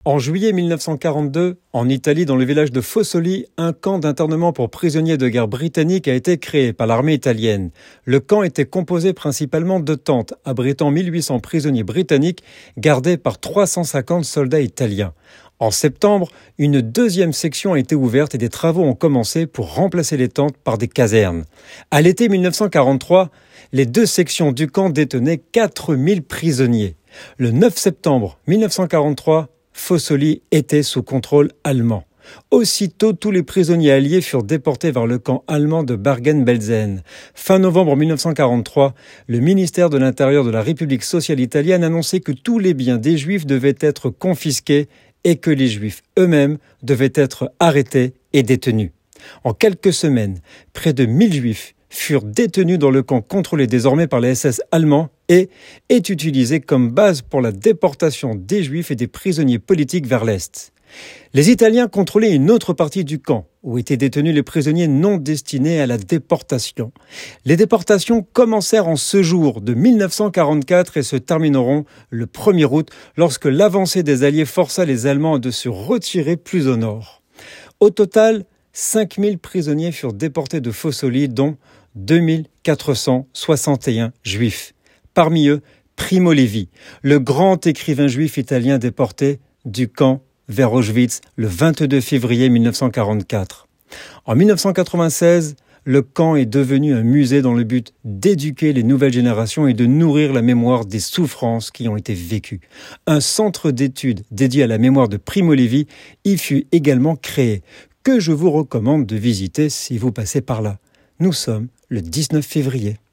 En juillet 1942, en Italie, dans le village de Fossoli, un camp d'internement pour prisonniers de guerre britanniques a été créé par l'armée italienne. Le camp était composé principalement de tentes, abritant 1800 prisonniers britanniques gardés par 350 soldats italiens. En septembre, une deuxième section a été ouverte et des travaux ont commencé pour remplacer les tentes par des casernes. À l'été 1943, les deux sections du camp détenaient 4000 prisonniers. Le 9 septembre 1943, Fossoli était sous contrôle allemand. Aussitôt, tous les prisonniers alliés furent déportés vers le camp allemand de Bergen-Belsen. Fin novembre 1943, le ministère de l'Intérieur de la République sociale italienne annonçait que tous les biens des Juifs devaient être confisqués et que les Juifs eux-mêmes devaient être arrêtés et détenus. En quelques semaines, près de 1000 Juifs furent détenus dans le camp contrôlé désormais par les SS allemands et est utilisé comme base pour la déportation des Juifs et des prisonniers politiques vers l'Est. Les Italiens contrôlaient une autre partie du camp, où étaient détenus les prisonniers non destinés à la déportation. Les déportations commencèrent en ce jour de 1944 et se termineront le 1er août, lorsque l'avancée des Alliés força les Allemands de se retirer plus au nord. Au total, 5000 prisonniers furent déportés de Fossoli, dont 2461 Juifs. Parmi eux, Primo Levi, le grand écrivain juif italien déporté du camp vers Auschwitz le 22 février 1944. En 1996, le camp est devenu un musée dans le but d'éduquer les nouvelles générations et de nourrir la mémoire des souffrances qui ont été vécues. Un centre d'études dédié à la mémoire de Primo Levi y fut également créé, que je vous recommande de visiter si vous passez par là. Nous sommes le 19 février.